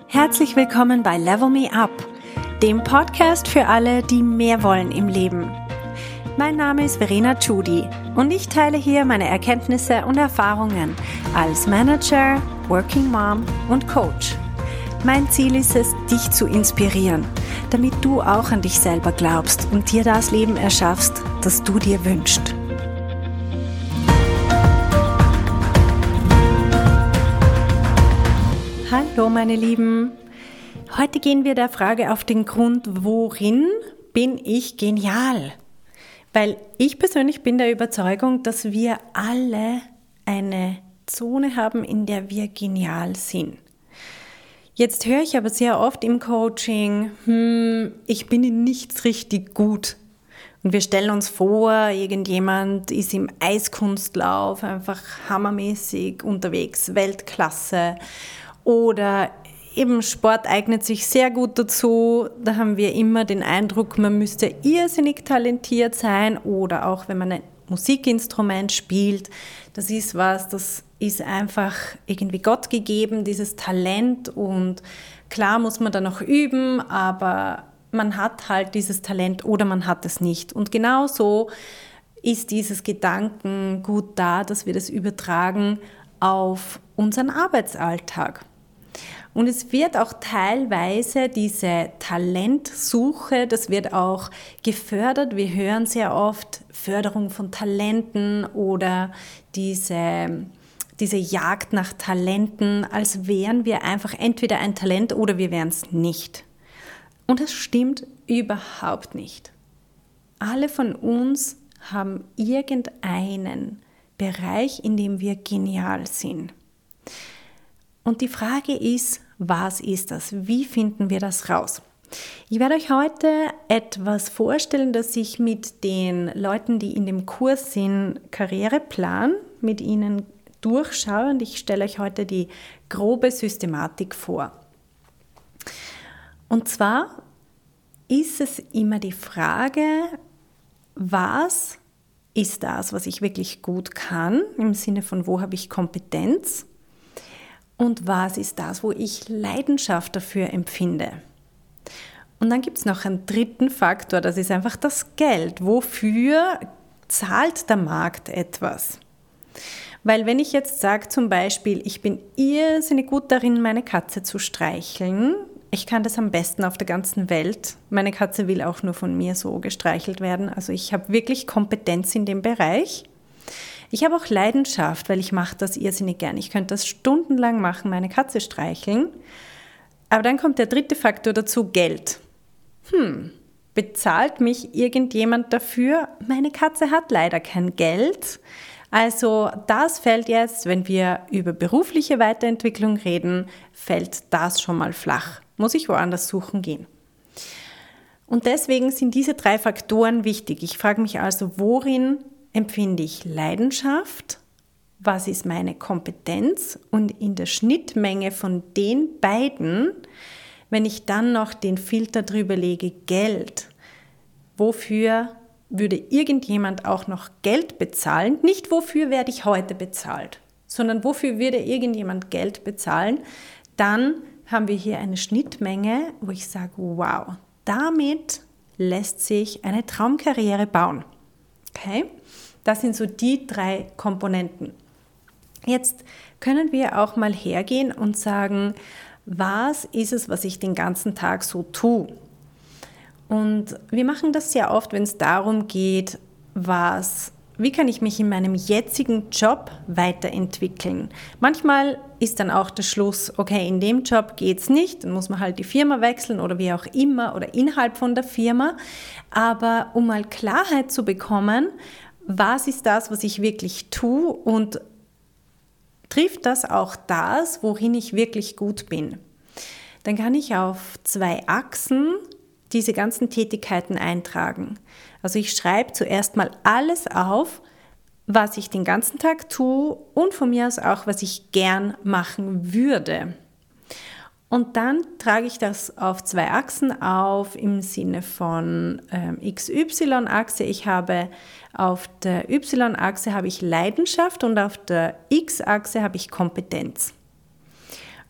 Herzlich willkommen bei Level Me Up, dem Podcast für alle, die mehr wollen im Leben. Mein Name ist Verena Tschudi und ich teile hier meine Erkenntnisse und Erfahrungen als Manager, Working Mom und Coach. Mein Ziel ist es, dich zu inspirieren, damit du auch an dich selber glaubst und dir das Leben erschaffst, das du dir wünschst. Hallo meine Lieben, heute gehen wir der Frage auf den Grund, worin bin ich genial? Weil ich persönlich bin der Überzeugung, dass wir alle eine Zone haben, in der wir genial sind. Jetzt höre ich aber sehr oft im Coaching, ich bin in nichts richtig gut. Und wir stellen uns vor, irgendjemand ist im Eiskunstlauf einfach hammermäßig unterwegs, Weltklasse. Oder eben Sport eignet sich sehr gut dazu. Da haben wir immer den Eindruck, man müsste irrsinnig talentiert sein. Oder auch wenn man ein Musikinstrument spielt, das ist einfach irgendwie Gott gegeben, dieses Talent. Und klar muss man da noch üben, aber man hat halt dieses Talent oder man hat es nicht. Und genau so ist dieses Gedankengut da, dass wir das übertragen auf unseren Arbeitsalltag. Und es wird auch teilweise diese Talentsuche, das wird auch gefördert. Wir hören sehr oft Förderung von Talenten oder diese Jagd nach Talenten, als wären wir einfach entweder ein Talent oder wir wären es nicht. Und das stimmt überhaupt nicht. Alle von uns haben irgendeinen Bereich, in dem wir genial sind. Und die Frage ist, was ist das? Wie finden wir das raus? Ich werde euch heute etwas vorstellen, das ich mit den Leuten, die in dem Kurs sind, Karriereplan, mit ihnen durchschaue. Und ich stelle euch heute die grobe Systematik vor. Und zwar ist es immer die Frage, was ist das, was ich wirklich gut kann, im Sinne von, wo habe ich Kompetenz? Und was ist das, wo ich Leidenschaft dafür empfinde? Und dann gibt es noch einen dritten Faktor, das ist einfach das Geld. Wofür zahlt der Markt etwas? Weil wenn ich jetzt sage zum Beispiel, ich bin irrsinnig gut darin, meine Katze zu streicheln, ich kann das am besten auf der ganzen Welt. Meine Katze will auch nur von mir so gestreichelt werden. Also ich habe wirklich Kompetenz in dem Bereich. Ich habe auch Leidenschaft, weil ich mache das irrsinnig gern. Ich könnte das stundenlang machen, meine Katze streicheln. Aber dann kommt der dritte Faktor dazu, Geld. Bezahlt mich irgendjemand dafür? Meine Katze hat leider kein Geld. Also das fällt jetzt, wenn wir über berufliche Weiterentwicklung reden, fällt das schon mal flach. Muss ich woanders suchen gehen. Und deswegen sind diese drei Faktoren wichtig. Ich frage mich also, worin empfinde ich Leidenschaft? Was ist meine Kompetenz? Und in der Schnittmenge von den beiden, wenn ich dann noch den Filter drüber lege, Geld, wofür würde irgendjemand auch noch Geld bezahlen? Nicht wofür werde ich heute bezahlt, sondern wofür würde irgendjemand Geld bezahlen? Dann haben wir hier eine Schnittmenge, wo ich sage, wow, damit lässt sich eine Traumkarriere bauen. Okay? Das sind so die drei Komponenten. Jetzt können wir auch mal hergehen und sagen, was ist es, was ich den ganzen Tag so tue? Und wir machen das sehr oft, wenn es darum geht, wie kann ich mich in meinem jetzigen Job weiterentwickeln? Manchmal ist dann auch der Schluss, okay, in dem Job geht es nicht, dann muss man halt die Firma wechseln oder wie auch immer oder innerhalb von der Firma. Aber um mal Klarheit zu bekommen, was ist das, was ich wirklich tue und trifft das auch das, worin ich wirklich gut bin? Dann kann ich auf 2 Achsen diese ganzen Tätigkeiten eintragen. Also ich schreibe zuerst mal alles auf, was ich den ganzen Tag tue und von mir aus auch, was ich gern machen würde. Und dann trage ich das auf 2 Achsen auf im Sinne von XY-Achse. Ich habe auf der Y-Achse habe ich Leidenschaft und auf der X-Achse habe ich Kompetenz.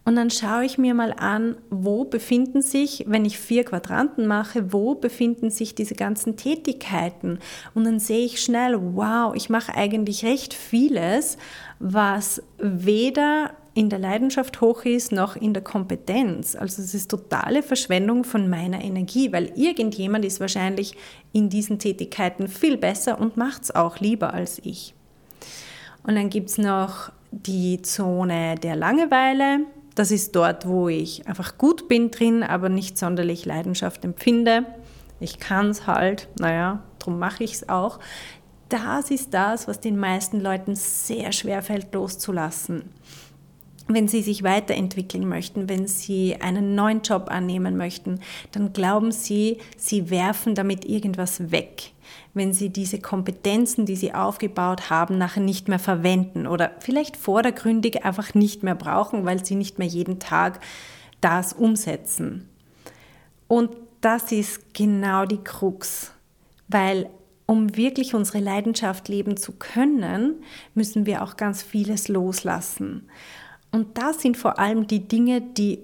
Und dann schaue ich mir mal an, wo befinden sich, wenn ich 4 Quadranten mache, wo befinden sich diese ganzen Tätigkeiten? Und dann sehe ich schnell, wow, ich mache eigentlich recht vieles, was weder in der Leidenschaft hoch ist, noch in der Kompetenz. Also es ist totale Verschwendung von meiner Energie, weil irgendjemand ist wahrscheinlich in diesen Tätigkeiten viel besser und macht es auch lieber als ich. Und dann gibt es noch die Zone der Langeweile. Das ist dort, wo ich einfach gut bin drin, aber nicht sonderlich Leidenschaft empfinde. Ich kann es halt, darum mache ich es auch. Das ist das, was den meisten Leuten sehr schwer fällt loszulassen. Wenn sie sich weiterentwickeln möchten, wenn sie einen neuen Job annehmen möchten, dann glauben sie, sie werfen damit irgendwas weg, wenn sie diese Kompetenzen, die sie aufgebaut haben, nachher nicht mehr verwenden oder vielleicht vordergründig einfach nicht mehr brauchen, weil sie nicht mehr jeden Tag das umsetzen. Und das ist genau die Krux, weil um wirklich unsere Leidenschaft leben zu können, müssen wir auch ganz vieles loslassen. Und das sind vor allem die Dinge, die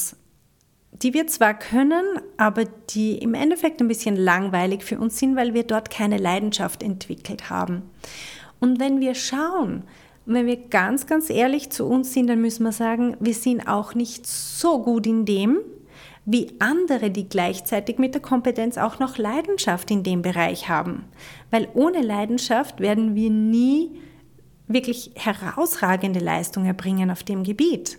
wir zwar können, aber die im Endeffekt ein bisschen langweilig für uns sind, weil wir dort keine Leidenschaft entwickelt haben. Und wenn wir schauen, wenn wir ganz, ganz ehrlich zu uns sind, dann müssen wir sagen, wir sind auch nicht so gut in dem, wie andere, die gleichzeitig mit der Kompetenz auch noch Leidenschaft in dem Bereich haben. Weil ohne Leidenschaft werden wir nie wirklich herausragende Leistung erbringen auf dem Gebiet.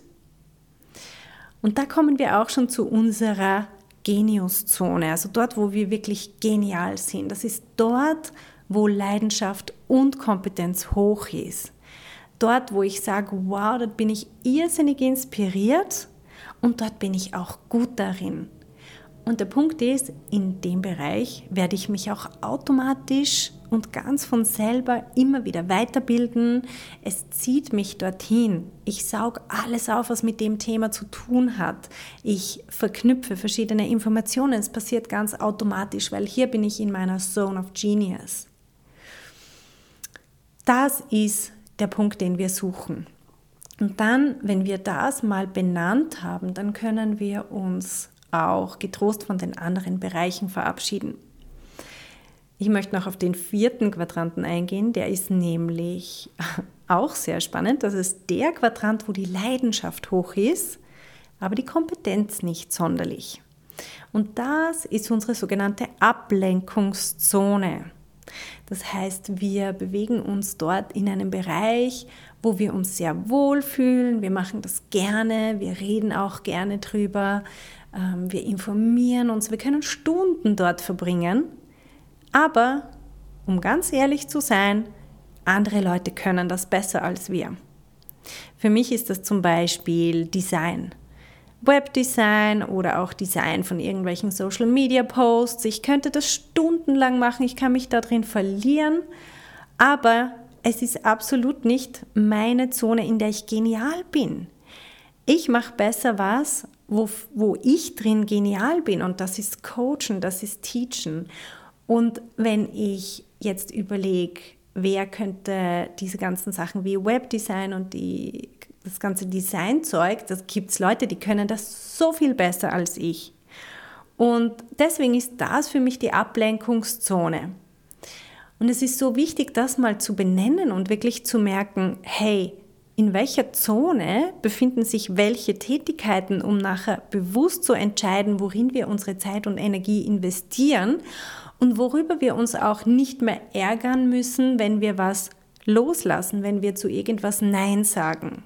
Und da kommen wir auch schon zu unserer Geniuszone, also dort, wo wir wirklich genial sind. Das ist dort, wo Leidenschaft und Kompetenz hoch ist. Dort, wo ich sage, wow, dort bin ich irrsinnig inspiriert und dort bin ich auch gut darin. Und der Punkt ist, in dem Bereich werde ich mich auch automatisch und ganz von selber immer wieder weiterbilden. Es zieht mich dorthin. Ich sauge alles auf, was mit dem Thema zu tun hat. Ich verknüpfe verschiedene Informationen. Es passiert ganz automatisch, weil hier bin ich in meiner Zone of Genius. Das ist der Punkt, den wir suchen. Und dann, wenn wir das mal benannt haben, dann können wir uns auch getrost von den anderen Bereichen verabschieden. Ich möchte noch auf den 4. Quadranten eingehen, der ist nämlich auch sehr spannend. Das ist der Quadrant, wo die Leidenschaft hoch ist, aber die Kompetenz nicht sonderlich. Und das ist unsere sogenannte Ablenkungszone. Das heißt, wir bewegen uns dort in einem Bereich, wo wir uns sehr wohl fühlen. Wir machen das gerne, wir reden auch gerne drüber. Wir informieren uns, wir können Stunden dort verbringen, aber um ganz ehrlich zu sein, andere Leute können das besser als wir. Für mich ist das zum Beispiel Design, Webdesign oder auch Design von irgendwelchen Social-Media-Posts. Ich könnte das stundenlang machen, ich kann mich da drin verlieren, aber es ist absolut nicht meine Zone, in der ich genial bin. Ich mache besser was, wo ich drin genial bin, und das ist Coachen, das ist Teachen. Und wenn ich jetzt überlege, wer könnte diese ganzen Sachen wie Webdesign und das ganze Designzeug, das gibt es Leute, die können das so viel besser als ich. Und deswegen ist das für mich die Ablenkungszone. Und es ist so wichtig, das mal zu benennen und wirklich zu merken, hey, in welcher Zone befinden sich welche Tätigkeiten, um nachher bewusst zu entscheiden, worin wir unsere Zeit und Energie investieren und worüber wir uns auch nicht mehr ärgern müssen, wenn wir was loslassen, wenn wir zu irgendwas Nein sagen.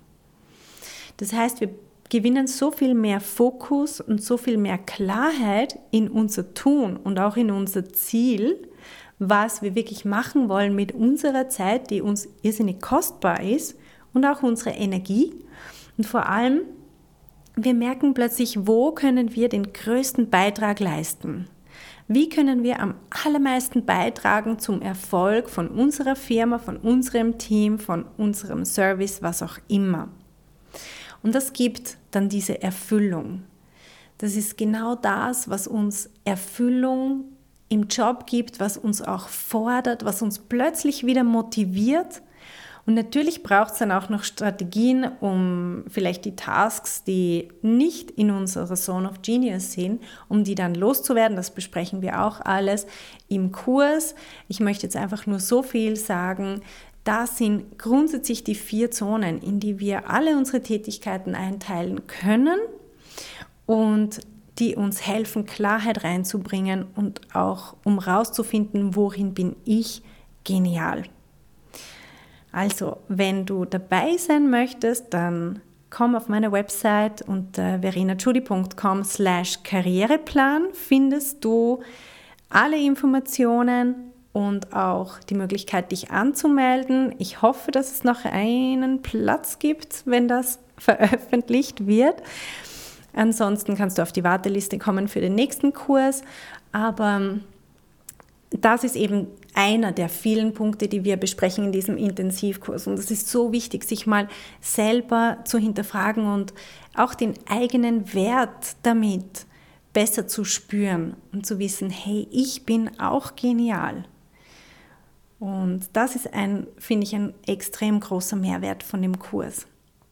Das heißt, wir gewinnen so viel mehr Fokus und so viel mehr Klarheit in unser Tun und auch in unser Ziel, was wir wirklich machen wollen mit unserer Zeit, die uns irrsinnig kostbar ist, und auch unsere Energie. Und vor allem, wir merken plötzlich, wo können wir den größten Beitrag leisten? Wie können wir am allermeisten beitragen zum Erfolg von unserer Firma, von unserem Team, von unserem Service, was auch immer? Und das gibt dann diese Erfüllung. Das ist genau das, was uns Erfüllung im Job gibt, was uns auch fordert, was uns plötzlich wieder motiviert. Und natürlich braucht es dann auch noch Strategien, um vielleicht die Tasks, die nicht in unserer Zone of Genius sind, um die dann loszuwerden. Das besprechen wir auch alles im Kurs. Ich möchte jetzt einfach nur so viel sagen. Das sind grundsätzlich die 4 Zonen, in die wir alle unsere Tätigkeiten einteilen können und die uns helfen, Klarheit reinzubringen und auch um rauszufinden, worin bin ich genial. Also, wenn du dabei sein möchtest, dann komm auf meine Website unter verenachudi.com/Karriereplan findest du alle Informationen und auch die Möglichkeit, dich anzumelden. Ich hoffe, dass es noch einen Platz gibt, wenn das veröffentlicht wird. Ansonsten kannst du auf die Warteliste kommen für den nächsten Kurs. Aber das ist eben einer der vielen Punkte, die wir besprechen in diesem Intensivkurs. Und es ist so wichtig, sich mal selber zu hinterfragen und auch den eigenen Wert damit besser zu spüren und zu wissen, hey, ich bin auch genial. Und das ist finde ich, ein extrem großer Mehrwert von dem Kurs.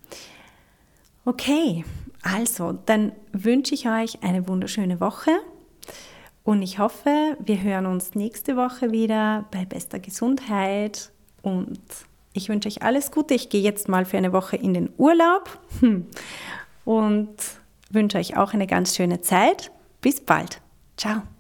Okay, also dann wünsche ich euch eine wunderschöne Woche und ich hoffe, wir hören uns nächste Woche wieder bei bester Gesundheit und ich wünsche euch alles Gute. Ich gehe jetzt mal für eine Woche in den Urlaub und wünsche euch auch eine ganz schöne Zeit. Bis bald. Ciao.